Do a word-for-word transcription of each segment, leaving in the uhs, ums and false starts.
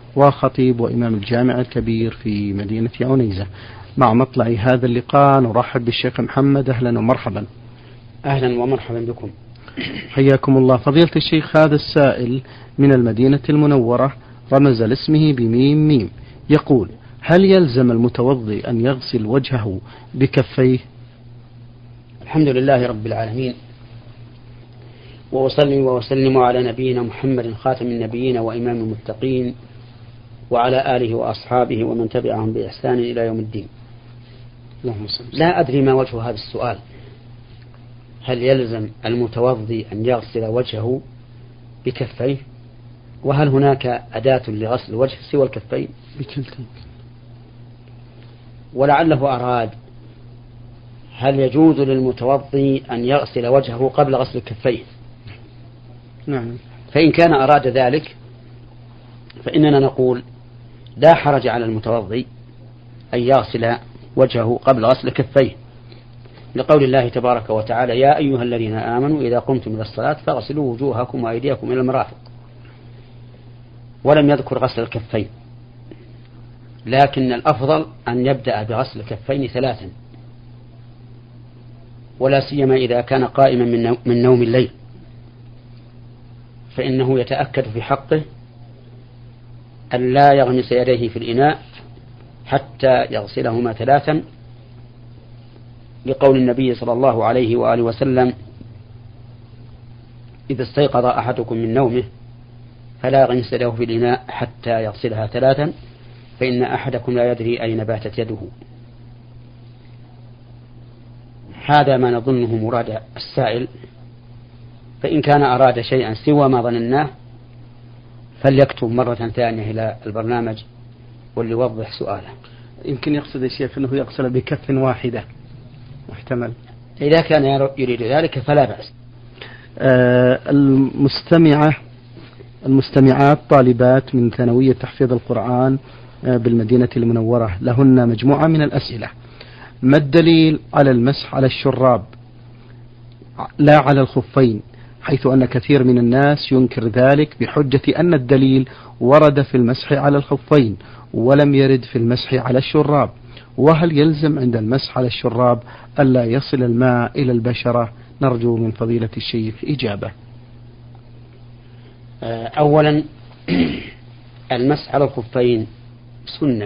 وخطيب وإمام الجامع الكبير في مدينة عنيزة. مع مطلع هذا اللقاء نرحب بالشيخ محمد. أهلا ومرحبا. أهلا ومرحبا بكم. حياكم الله. فضيلة الشيخ، هذا السائل من المدينة المنورة رمز لاسمه بميم ميم، يقول: هل يلزم المتوضي أن يغسل وجهه بكفيه؟ الحمد لله رب العالمين، وأصلي وأسلم على نبينا محمد خاتم النبيين وإمام المتقين، وعلى آله وأصحابه ومن تبعهم بإحسان إلى يوم الدين. لا أدري ما وجه هذا السؤال. هل يلزم المتوضي أن يغسل وجهه بكفيه؟ وهل هناك أداة لغسل الوجه سوى الكفين؟ بكلتين. ولعله أراد هل يجوز للمتوضي أن يغسل وجهه قبل غسل الكفين؟ نعم. فإن كان أراد ذلك فإننا نقول لا حرج على المتوضي أن يغسل وجهه قبل غسل كفيه، لقول الله تبارك وتعالى: يا أيها الذين آمنوا إذا قمتم إلى الصلاة فاغسلوا وجوهكم وأيديكم إلى المرافق. ولم يذكر غسل الكفين، لكن الأفضل أن يبدأ بغسل الكفين ثلاثا، ولا سيما إذا كان قائما من نوم الليل، فإنه يتأكد في حقه أن لا يغمس يديه في الإناء حتى يغسلهما ثلاثا، لقول النبي صلى الله عليه وآله وسلم: إذا استيقظ أحدكم من نومه فلا يغمس يده في الإناء حتى يغسلها ثلاثا، فإن أحدكم لا يدري أين باتت يده. هذا ما نظنه مراد السائل، فإن كان أراد شيئا سوى ما ظنناه فليكتب مرة ثانية إلى البرنامج وليوضح سؤاله. يمكن يقصد الشيخ أنه يغسل بكف واحدة، محتمل. إذا كان يريد ذلك فلا بأس. آه المستمعة المستمعات طالبات من ثانوية تحفيظ القرآن آه بالمدينة المنورة لهن مجموعة من الأسئلة. ما الدليل على المسح على الشراب لا على الخفين، حيث أن كثير من الناس ينكر ذلك بحجة أن الدليل ورد في المسح على الخفين ولم يرد في المسح على الشراب؟ وهل يلزم عند المسح على الشراب ألا يصل الماء إلى البشرة؟ نرجو من فضيلة الشيخ إجابة. أولا المسح على الخفين سنة،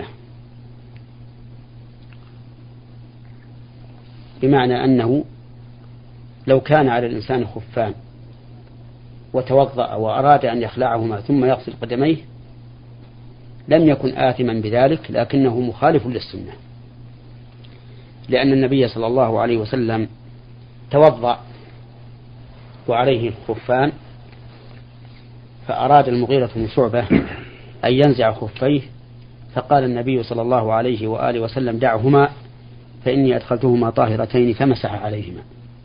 بمعنى أنه لو كان على الإنسان خفان وتوضأ وأراد أن يخلعهما ثم يغسل قدميه لم يكن آثما بذلك، لكنه مخالف للسنة، لأن النبي صلى الله عليه وسلم توضأ وعليه الخفان، فأراد المغيرة بن شعبة أن ينزع خفيه، فقال النبي صلى الله عليه وآله وسلم: دعهما فإني أدخلتهما طاهرتين، فمسح عليهما.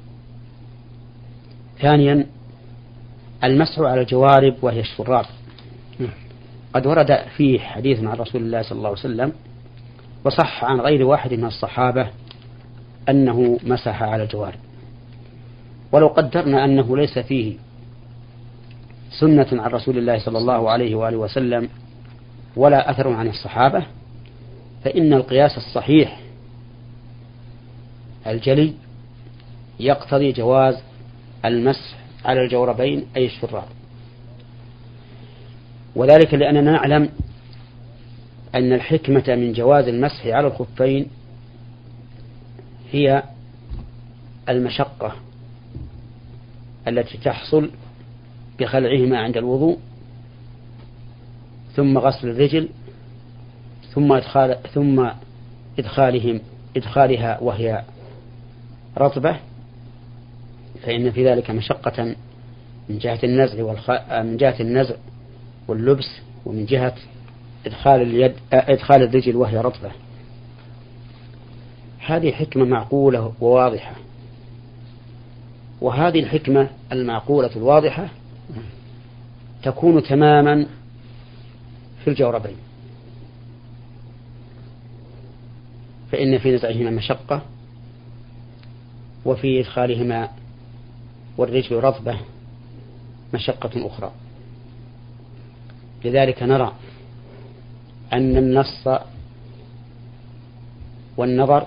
ثانيا المسح على الجوارب وهي الشراب، قد ورد فيه حديث عن رسول الله صلى الله عليه وسلم وصح عن غير واحد من الصحابة أنه مسح على الجوارب، ولو قدرنا أنه ليس فيه سنة عن رسول الله صلى الله عليه وآله وسلم ولا أثر عن الصحابة، فإن القياس الصحيح الجلي يقتضي جواز المسح على الجوربين أي الشراب، وذلك لأننا نعلم أن الحكمة من جواز المسح على الخفين هي المشقة التي تحصل بخلعهما عند الوضوء ثم غسل الرجل ثم إدخال ثم إدخالهم إدخالها وهي رطبة، فإن في ذلك مشقة من جهة النزع والخ... من جهة النزع واللبس، ومن جهة إدخال اليد إدخال الرجل وهي رطبة. هذه حكمة معقولة وواضحة، وهذه الحكمة المعقولة الواضحة تكون تماما في الجوربين، فإن في نزعهما مشقة وفي إدخالهما والرجل رطبة مشقة أخرى. لذلك نرى أن النص والنظر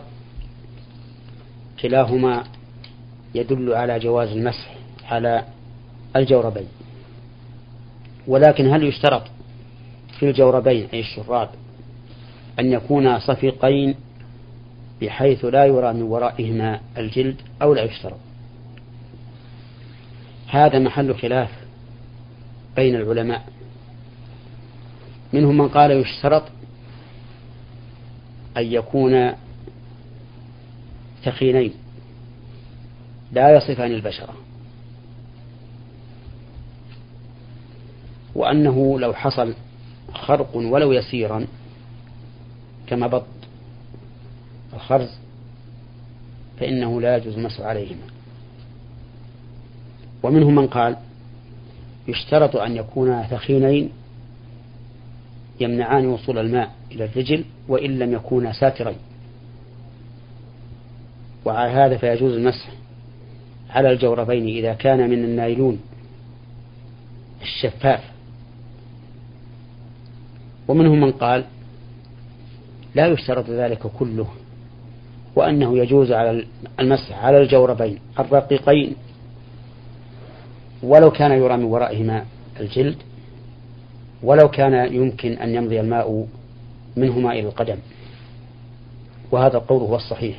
كلاهما يدل على جواز المسح على الجوربين، ولكن هل يشترط في الجوربين أي الشراب أن يكونا صفيقين بحيث لا يرى من ورائهما الجلد أو لا يشترط؟ هذا محل خلاف بين العلماء، منهم من قال يشترط أن يكون ثخينين لا يصفان البشرة، وأنه لو حصل خرق ولو يسيرا كما بط الخرز فإنه لا يجوز المسح عليهما. ومنهم من قال يشترط أن يكونا ثخينين يمنعان وصول الماء إلى الرجل وإن لم يكونا ساترين، وعلى هذا فيجوز المسح على الجوربين إذا كان من النايلون الشفاف. ومنهم من قال لا يشترط ذلك كله، وأنه يجوز على المسح على الجوربين الرقيقين ولو كان يرى من ورائهما الجلد، ولو كان يمكن أن يمضي الماء منهما إلى القدم، وهذا القول هو الصحيح،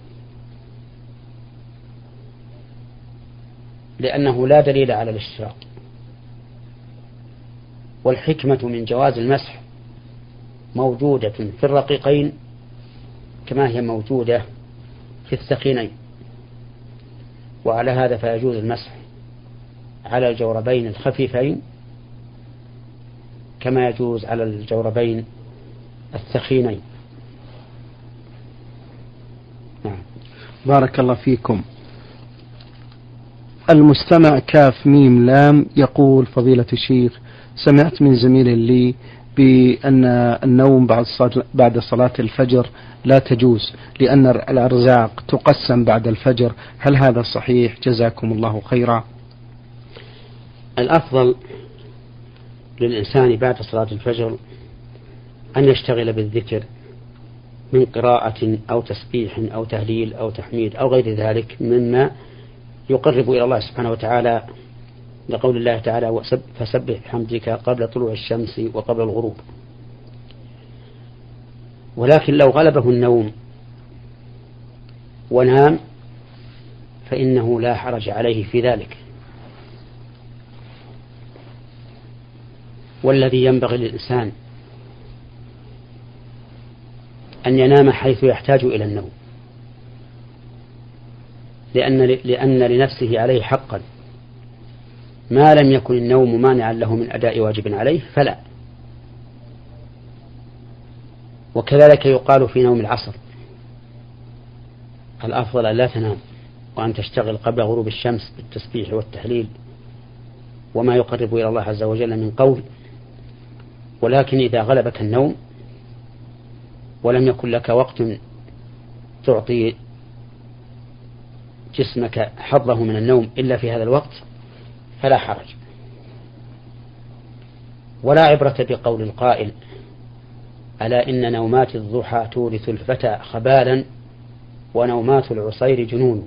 لأنه لا دليل على الاشتراط. والحكمة من جواز المسح موجودة في الرقيقين كما هي موجودة في الثخينين، وعلى هذا فيجوز المسح على الجوربين الخفيفين كما يجوز على الجوربين الثخينين. نعم. بارك الله فيكم. المستمع كاف ميم لام يقول: فضيلة الشيخ، سمعت من زميل لي بأن النوم بعد صلاة الفجر لا تجوز لأن الأرزاق تقسم بعد الفجر، هل هذا صحيح؟ جزاكم الله خيرا. الأفضل للإنسان بعد صلاة الفجر أن يشتغل بالذكر من قراءة أو تسبيح أو تهليل أو تحميد أو غير ذلك مما يقرب إلى الله سبحانه وتعالى، لقول الله تعالى: فسبح بحمدك قبل طلوع الشمس وقبل الغروب. ولكن لو غلبه النوم ونام فإنه لا حرج عليه في ذلك، والذي ينبغي للإنسان أن ينام حيث يحتاج إلى النوم، لأن, لأن لنفسه عليه حقا، ما لم يكن النوم مانعا له من أداء واجب عليه فلا. وكذلك يقال في نوم العصر: الأفضل أن لا تنام وأن تشتغل قبل غروب الشمس بالتسبيح والتهليل وما يقرب إلى الله عز وجل من قول. ولكن إذا غلبك النوم ولم يكن لك وقت تعطي جسمك حظه من النوم إلا في هذا الوقت فلا حرج. ولا عبرة بقول القائل: ألا إن نومات الضحى تورث الفتى خبالا ونومات العصير جنون،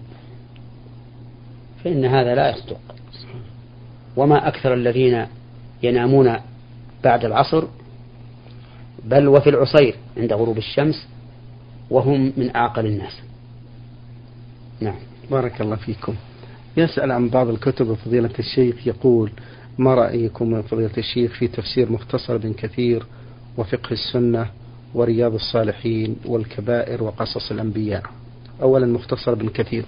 فإن هذا لا يصدق. وما أكثر الذين ينامون بعد العصر بل وفي العصير عند غروب الشمس وهم من أعقل الناس. نعم. بارك الله فيكم. يسأل عن بعض الكتب فضيلة الشيخ، يقول: ما رأيكم فضيلة الشيخ في تفسير مختصر ابن كثير وفقه السنة ورياض الصالحين والكبائر وقصص الأنبياء؟ أولا مختصر ابن كثير.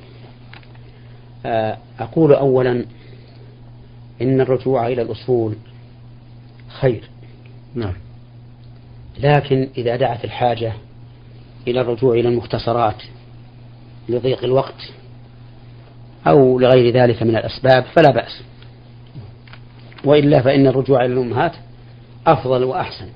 أقول أولا إن الرجوع إلى الأصول خير، نعم، لكن إذا دعت الحاجة إلى الرجوع إلى المختصرات لضيق الوقت أو لغير ذلك من الأسباب فلا بأس، وإلا فإن الرجوع إلى الأمهات أفضل وأحسن.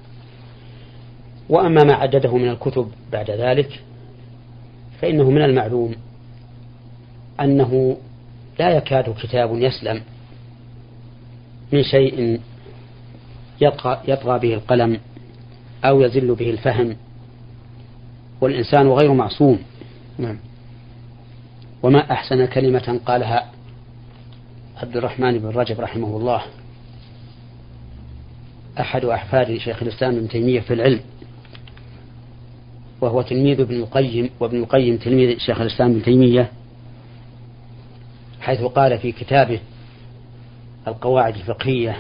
وأما ما عدده من الكتب بعد ذلك فإنه من المعلوم أنه لا يكاد كتاب يسلم من شيء يطغى, يطغى به القلم أو يزل به الفهم، والإنسان غير معصوم. نعم. وما أحسن كلمة قالها عبد الرحمن بن رجب رحمه الله، أحد أحفاد شيخ الإسلام ابن تيمية في العلم، وهو تلميذ ابن القيم، وابن القيم تلميذ شيخ الإسلام ابن تيمية، حيث قال في كتابه القواعد الفقهية: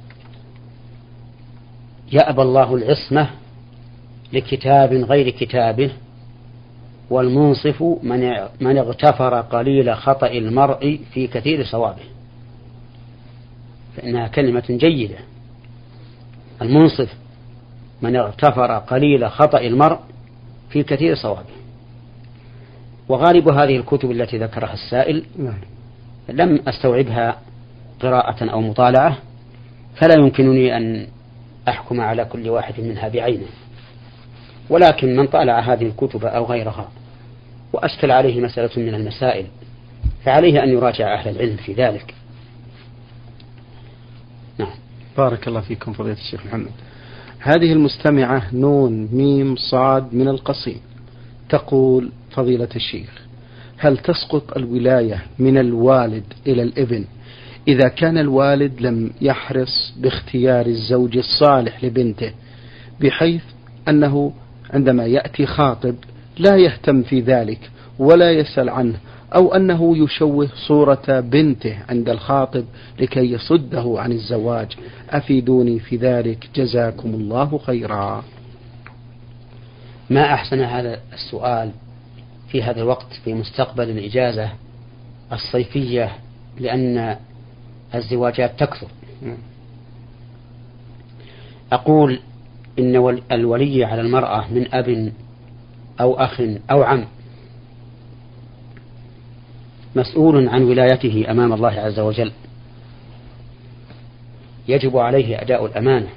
يأبى الله العصمة لكتاب غير كتابه، والمنصف من اغتفر قليل خطأ المرء في كثير صوابه. فإنها كلمة جيدة. المنصف من اغتفر قليل خطأ المرء في كثير صوابه. وغالب هذه الكتب التي ذكرها السائل لم أستوعبها قراءة أو مطالعة، فلا يمكنني أن أحكم على كل واحد منها بعينه، ولكن من طالع هذه الكتب أو غيرها وأشكل عليه مسألة من المسائل فعليه أن يراجع أهل العلم في ذلك. نعم. بارك الله فيكم فضيلة الشيخ محمد. هذه المستمعة نون ميم صاد من القصيم تقول: فضيلة الشيخ، هل تسقط الولاية من الوالد إلى الابن إذا كان الوالد لم يحرص باختيار الزوج الصالح لبنته، بحيث أنه عندما يأتي خاطب لا يهتم في ذلك ولا يسأل عنه، أو أنه يشوه صورة بنته عند الخاطب لكي يصده عن الزواج؟ أفيدوني في ذلك جزاكم الله خيرا. ما أحسن هذا السؤال في هذا الوقت في مستقبل الإجازة الصيفية، لأن الزواجات تكثر. أقول إن الولي على المرأة من أب أو أخ أو عم مسؤول عن ولايته أمام الله عز وجل، يجب عليه أداء الأمانة.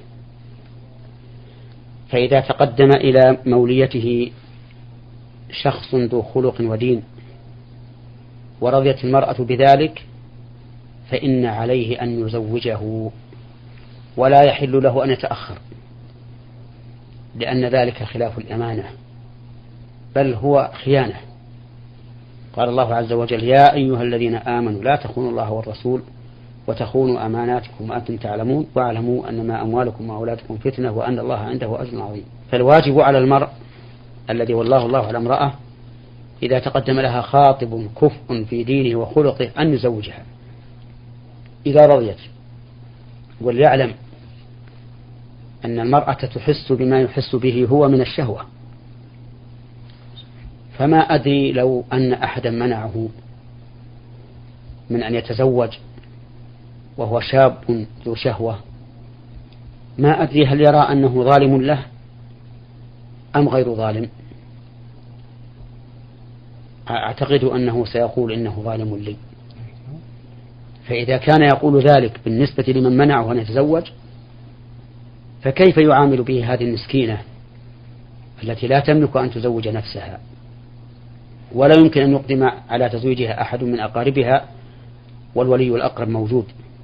فإذا تقدم إلى موليته شخص ذو خلق ودين ورضيت المرأة بذلك فإن عليه أن يزوجه، ولا يحل له أن يتأخر، لأن ذلك خلاف الأمانة، بل هو خيانة. قال الله عز وجل: يا أيها الذين آمنوا لا تخونوا الله والرسول وتخونوا أماناتكم وأنتم تعلمون واعلموا أنما أموالكم وأولادكم فتنة وأن الله عنده أجر عظيم. فالواجب على المرء الذي والله الله على امرأة إذا تقدم لها خاطب كفء في دينه وخلقه أن يزوجها إذا رضيت. وليعلم أن المرأة تحس بما يحس به هو من الشهوة، فما أدري لو أن أحدا منعه من أن يتزوج وهو شاب ذو شهوة، ما أدري هل يرى أنه ظالم له أم غير ظالم. أعتقد أنه سيقول إنه ظالم لي. فإذا كان يقول ذلك بالنسبة لمن منعه أن يتزوج، فكيف يعامل به هذه المسكينة التي لا تملك أن تزوج نفسها ولا يمكن أن يقدم على تزويجها أحد من أقاربها والولي الأقرب موجود؟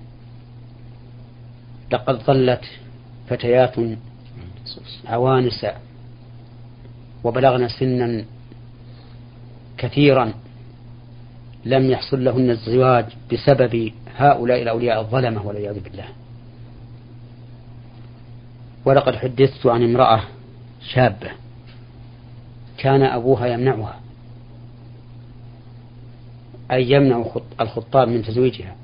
لقد ظلت فتيات عوانس وبلغن سنا كثيرا لم يحصل لهن الزواج بسبب هؤلاء الأولياء الظلمة والعياذ بالله. ولقد حدثت عن امرأة شابة كان أبوها يمنعها، أي يمنع الخطاب من تزويجها،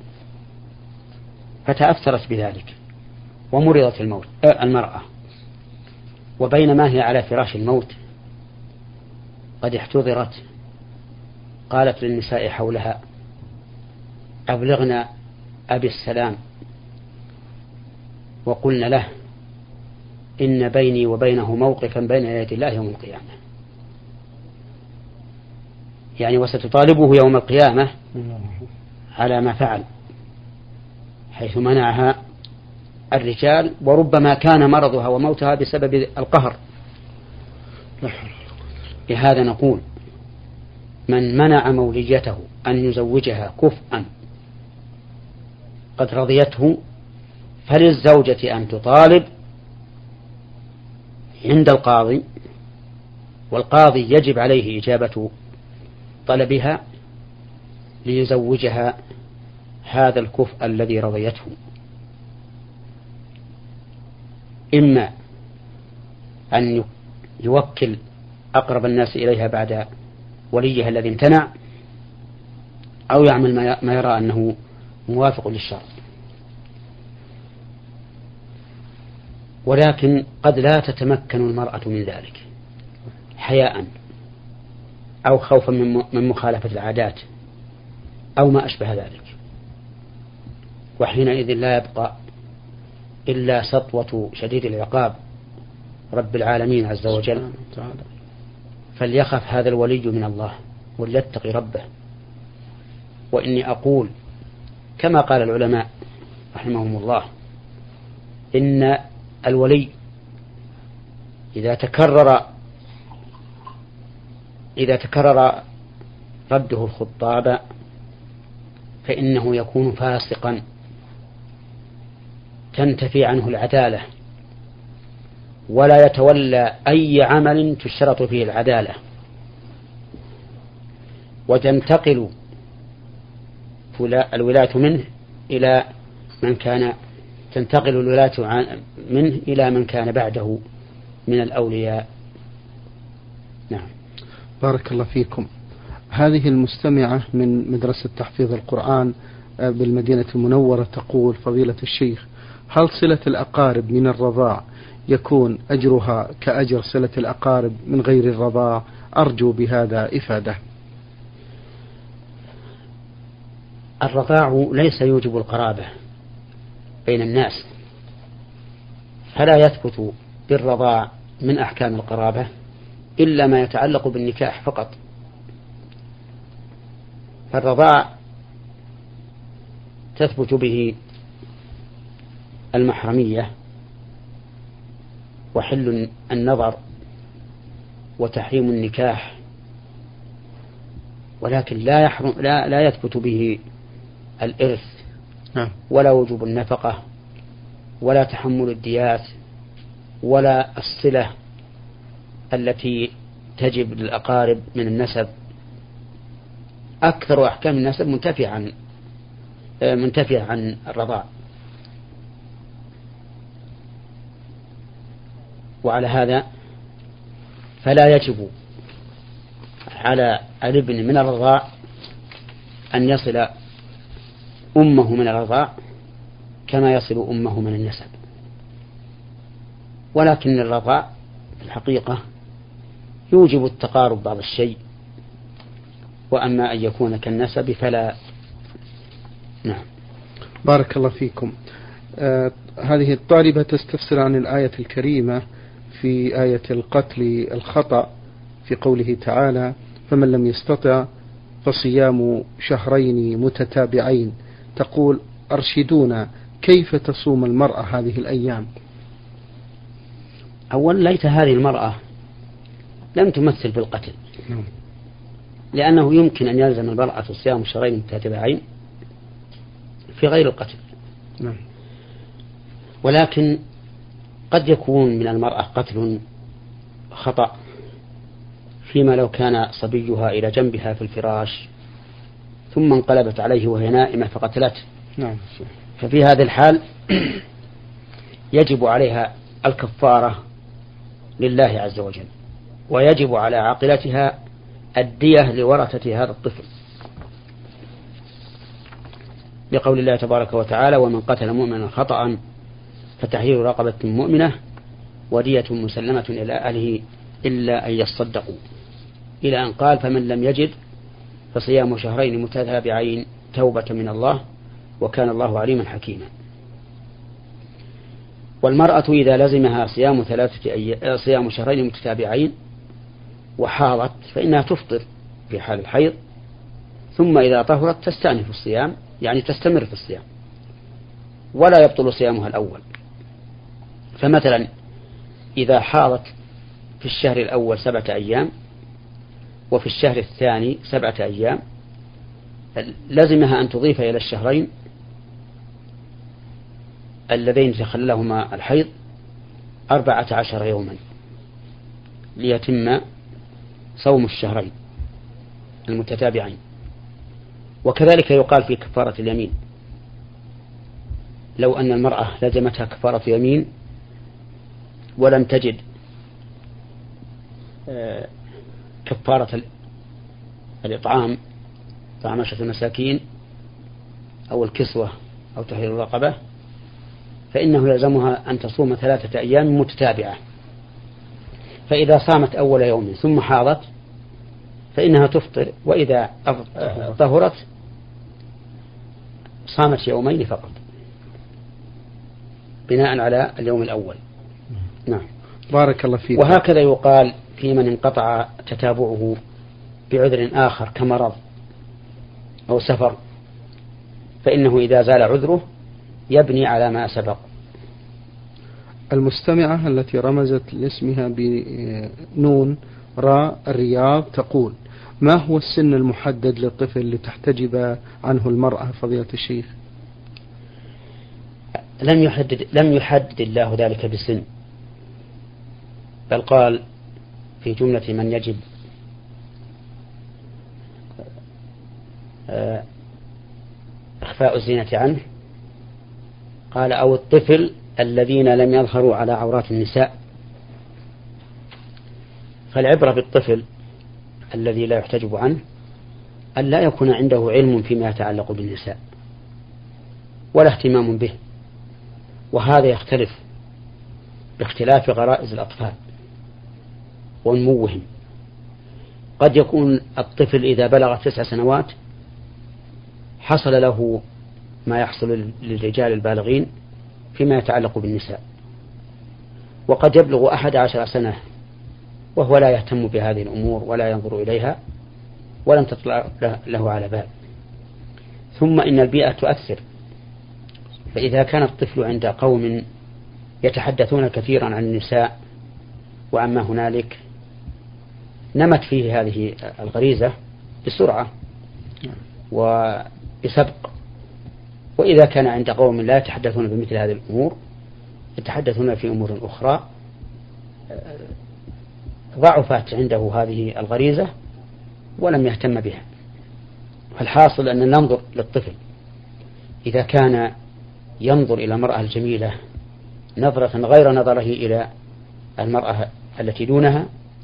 فتأثرت بذلك ومرضت الموت المرأة، وبينما هي على فراش الموت قد احتضرت قالت للنساء حولها: أبلغنا أبي السلام وقلنا له إن بيني وبينه موقفا بين يدي الله يوم القيامة. يعني وستطالبه يوم القيامة على ما فعل، حيث منعها الرجال، وربما كان مرضها وموتها بسبب القهر. لهذا نقول: من منع موليته أن يزوجها كفءا قد رضيته، فللزوجة أن تطالب عند القاضي، والقاضي يجب عليه إجابة طلبها ليزوجها هذا الكفء الذي رضيته، إما أن يوكل أقرب الناس إليها بعد وليها الذي امتنع، أو يعمل ما يرى أنه موافق للشرع. ولكن قد لا تتمكن المرأة من ذلك حياء أو خوفا من مخالفة العادات أو ما أشبه ذلك، وحينئذ لا يبقى إلا سطوة شديد العقاب رب العالمين عز وجل. فليخف هذا الولي من الله وليتقي ربه. وإني أقول كما قال العلماء رحمهم الله، إن الولي إذا تكرر إذا تكرر رده الخطاب فإنه يكون فاسقا تنتفي عنه العدالة، ولا يتولى أي عمل تشترط فيه العدالة، وتنتقل الولاية منه إلى من كان تنتقل الولاية منه إلى من كان بعده من الأولياء. نعم. بارك الله فيكم. هذه المستمعة من مدرسة تحفيظ القرآن بالمدينة المنورة تقول: فضيلة الشيخ، هل صلة الأقارب من الرضاع يكون أجرها كأجر صلة الأقارب من غير الرضاع؟ أرجو بهذا إفادة. الرضاع ليس يوجب القرابة بين الناس، فلا يثبت بالرضاع من أحكام القرابة إلا ما يتعلق بالنكاح فقط. فالرضاع تثبت به المحرمية وحل النظر وتحريم النكاح، ولكن لا يحرم لا, لا يثبت به الإرث ولا وجوب النفقة ولا تحمل الديات ولا الصلة التي تجب للأقارب من النسب. أكثر أحكام النسب منتفية عن منتفية عن الرضاع. وعلى هذا فلا يجب على الابن من الرضاع أن يصل أمه من الرضاع كما يصل أمه من النسب، ولكن الرضاع في الحقيقة يوجب التقارب بعض الشيء، وأما أن يكون كالنسب فلا. نعم. بارك الله فيكم. آه هذه الطالبة تستفسر عن الآية الكريمة في آية القتل الخطأ في قوله تعالى: فمن لم يستطع فصيام شهرين متتابعين. تقول: أرشدونا كيف تصوم المرأة هذه الأيام؟ أولا ليت هذه المرأة لم تمثل في القتل، لأنه يمكن أن يلزم المرأة صيام شهرين متتابعين في غير القتل، ولكن قد يكون من المرأة قتل خطأ، فيما لو كان صبيها إلى جنبها في الفراش ثم انقلبت عليه وهي نائمة فقتلته. نعم. ففي هذا الحال يجب عليها الكفارة لله عز وجل، ويجب على عاقلتها الدية لورثة هذا الطفل، لقول الله تبارك وتعالى: ومن قتل مؤمنا خطأ فتحرير رقبة مؤمنة ودية مسلمة إلى أهله إلا أن يصدقوا، إلى أن قال: فمن لم يجد فصيام شهرين متتابعين توبة من الله وكان الله عليما حكيما. والمرأة إذا لزمها صيام ثلاثة أي... صيام شهرين متتابعين وحاضت فإنها تفطر في حال الحيض، ثم إذا طهرت تستأنف الصيام، يعني تستمر في الصيام ولا يبطل صيامها الأول. فمثلا إذا حاضت في الشهر الأول سبعة أيام وفي الشهر الثاني سبعة أيام لزمها أن تضيف إلى الشهرين اللذين تخللهما الحيض أربعة عشر يوما، ليتم صوم الشهرين المتتابعين. وكذلك يقال في كفارة اليمين، لو أن المرأة لزمتها كفارة يمين ولم تجد كفارة الإطعام طعام عشرة مساكين أو الكسوة أو تحرير الرقبة، فإنه يلزمها أن تصوم ثلاثة أيام متتابعة. فإذا صامت أول يوم ثم حاضت فإنها تفطر، وإذا طهرت صامت يومين فقط بناء على اليوم الأول. نعم. بارك الله فيك. وهكذا يقال في من انقطع تتابعه بعذر آخر كمرض أو سفر، فإنه إذا زال عذره يبني على ما سبق. المستمعة التي رمزت لاسمها بنون راء الرياض تقول: ما هو السن المحدد للطفل لتحتجب عنه المرأة فضيلة الشيخ؟ لم يحدد لم يحدد الله ذلك بسن، بل قال في جملة من يجب إخفاء الزينة عنه، قال: أو الطفل الذين لم يظهروا على عورات النساء. فالعبرة بالطفل الذي لا يحتجب عنه أن لا يكون عنده علم فيما يتعلق بالنساء ولا اهتمام به، وهذا يختلف باختلاف غرائز الأطفال ونموهم. قد يكون الطفل إذا بلغ تسع سنوات حصل له ما يحصل للرجال البالغين فيما يتعلق بالنساء، وقد يبلغ أحد عشر سنة وهو لا يهتم بهذه الأمور ولا ينظر إليها ولم تطلع له على بال. ثم إن البيئة تؤثر، فإذا كان الطفل عند قوم يتحدثون كثيرا عن النساء وعما هنالك نمت فيه هذه الغريزة بسرعة وبسبق. وإذا كان عند قوم لا يتحدثون بمثل هذه الأمور يتحدثون في أمور أخرى ضعفت عنده هذه الغريزة ولم يهتم بها. فالحاصل أن ننظر للطفل إذا كان ينظر إلى المرأة الجميلة نظرة غير نظره إلى المرأة التي دونها،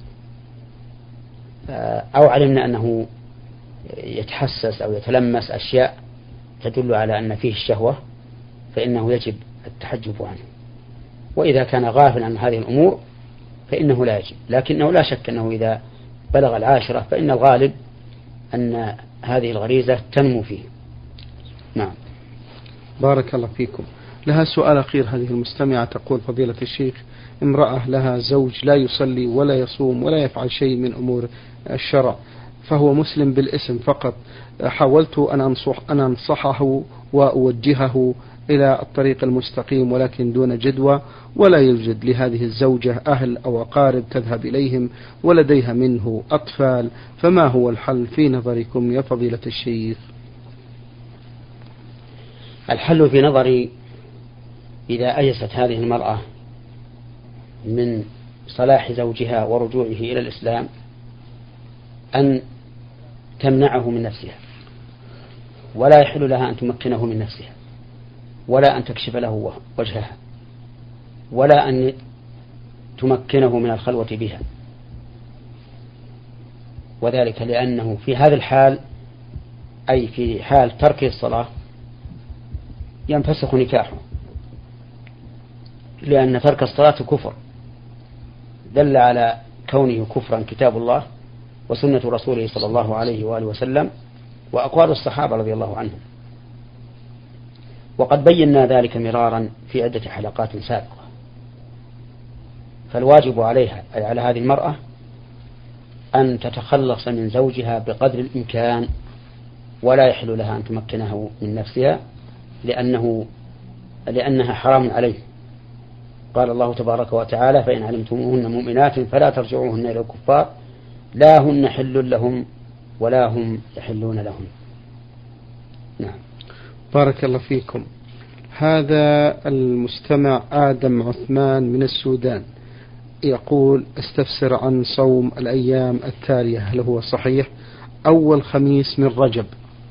أو علمنا أنه يتحسس أو يتلمس أشياء تدل على أن فيه الشهوة، فإنه يجب التحجب عنه. وإذا كان غافلا عن هذه الأمور فإنه لا يجب، لكنه لا شك أنه إذا بلغ العاشرة فإن الغالب أن هذه الغريزة تنمو فيه. نعم. بارك الله فيكم. لها سؤال أخير هذه المستمعة تقول: فضيلة الشيخ، امرأة لها زوج لا يصلي ولا يصوم ولا يفعل شيء من أمور الشرع، فهو مسلم بالاسم فقط. حاولت أن أنصح أن أنصحه وأوجهه إلى الطريق المستقيم ولكن دون جدوى، ولا يوجد لهذه الزوجة أهل أو أقارب تذهب إليهم ولديها منه أطفال، فما هو الحل في نظركم يا فضيلة الشيخ؟ الحل في نظري إذا أيست هذه المرأة من صلاح زوجها ورجوعه إلى الإسلام أن تمنعه من نفسها، ولا يحل لها أن تمكنه من نفسها، ولا أن تكشف له وجهها، ولا أن تمكنه من الخلوة بها، وذلك لأنه في هذا الحال أي في حال ترك الصلاة ينفسخ نكاحه، لأن ترك الصلاة كفر دل على كونه كفرا كتاب الله وسنة رسوله صلى الله عليه وآله وسلم وأقوال الصحابة رضي الله عنهم، وقد بينا ذلك مرارا في عدة حلقات سابقة. فالواجب عليها أي على هذه المرأة أن تتخلص من زوجها بقدر الإمكان، ولا يحل لها أن تمكنه من نفسها لأنه لأنها حرام عليه. قال الله تبارك وتعالى: فإن علمتموهن مؤمنات فلا ترجعوهن إلى الكفار لا هن حل لهم ولا هم يحلون لهم. نعم. بارك الله فيكم. هذا المستمع آدم عثمان من السودان يقول استفسر عن صوم الأيام التالية، هل هو صحيح؟ أول خميس من رجب.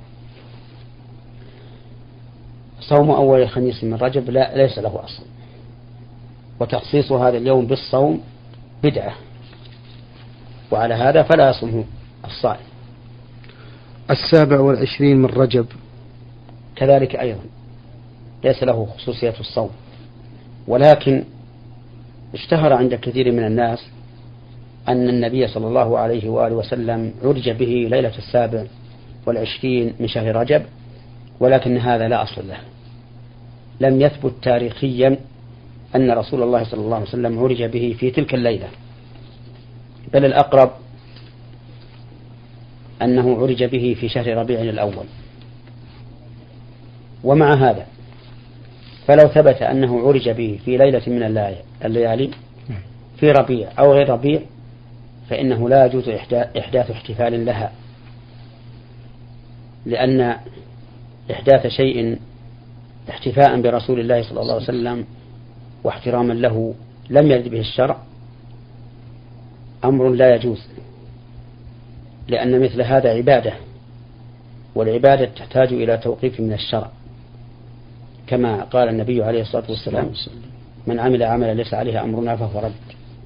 صوم أول خميس من رجب لا ليس له أصل، وتخصيص هذا اليوم بالصوم بدعة، وعلى هذا فلا يصوم الصائم. السابع والعشرين من رجب كذلك أيضا ليس له خصوصية الصوم، ولكن اشتهر عند كثير من الناس أن النبي صلى الله عليه وآله وسلم عرج به ليلة السابع والعشرين من شهر رجب، ولكن هذا لا أصل له. لم يثبت تاريخيا أن رسول الله صلى الله عليه وسلم عرج به في تلك الليلة، بل الأقرب أنه عرج به في شهر ربيع الأول. ومع هذا فلو ثبت أنه عرج به في ليلة من الليالي في ربيع أو غير ربيع فإنه لا يجوز إحداث احتفال لها، لأن إحداث شيء احتفاء برسول الله صلى الله عليه وسلم واحتراما له لم يرد به الشرع أمر لا يجوز، لأن مثل هذا عبادة، والعبادة تحتاج إلى توقيف من الشرع، كما قال النبي عليه الصلاة والسلام: من عمل عملا ليس عليه أمرنا فهو رد.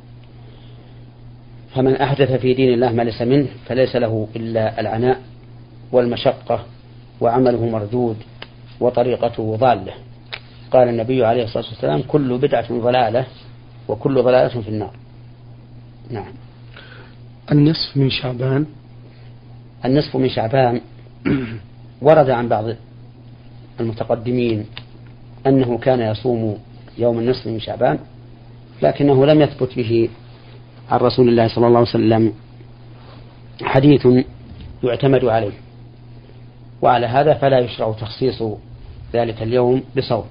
فمن أحدث في دين الله ما ليس منه فليس له إلا العناء والمشقة، وعمله مردود وطريقته ضالة. قال النبي عليه الصلاة والسلام: كل بدعة ضلالة وكل ضلالة في النار. نعم. النصف من شعبان. النصف من شعبان ورد عن بعض المتقدمين أنه كان يصوم يوم النصف من شعبان، لكنه لم يثبت به عن رسول الله صلى الله عليه وسلم حديث يعتمد عليه، وعلى هذا فلا يشرع تخصيص ذلك اليوم بصوم.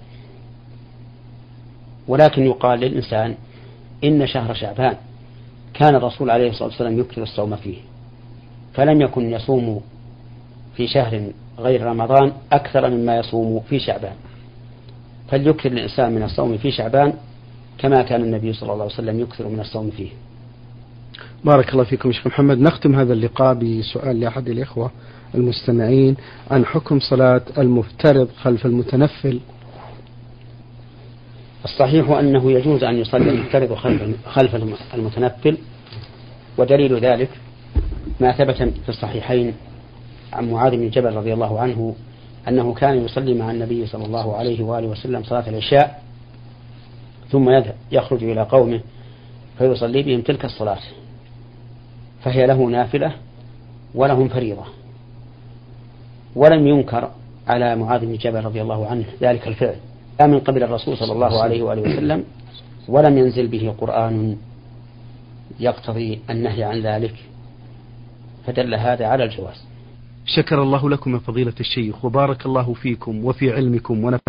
ولكن يقال للإنسان إن شهر شعبان كان الرسول عليه الصلاة والسلام يكثر الصوم فيه، فلم يكن يصوم في شهر غير رمضان أكثر مما يصوم في شعبان، فليكثر الإنسان من الصوم في شعبان كما كان النبي صلى الله عليه وسلم يكثر من الصوم فيه. بارك الله فيكم شيخ محمد. نختم هذا اللقاء بسؤال لأحد الإخوة المستمعين عن حكم صلاة المفترض خلف المتنفل. الصحيح أنه يجوز أن يصلي المفترض خلف المتنفل، ودليل ذلك ما ثبت في الصحيحين عن معاذ بن جبل رضي الله عنه أنه كان يصلي مع النبي صلى الله عليه وآله وسلم صلاة العشاء، ثم يخرج إلى قومه فيصلي بهم تلك الصلاة، فهي له نافلة ولهم فريضة. ولم ينكر على معاذ بن جبل رضي الله عنه ذلك الفعل لا من قبل الرسول صلى الله عليه وآله وسلم، ولم ينزل به قرآن يقتضي النهي عن ذلك، فدل هذا على الجواز. شكر الله لكم يا فضيلة الشيخ، وبارك الله فيكم وفي علمكم ونفع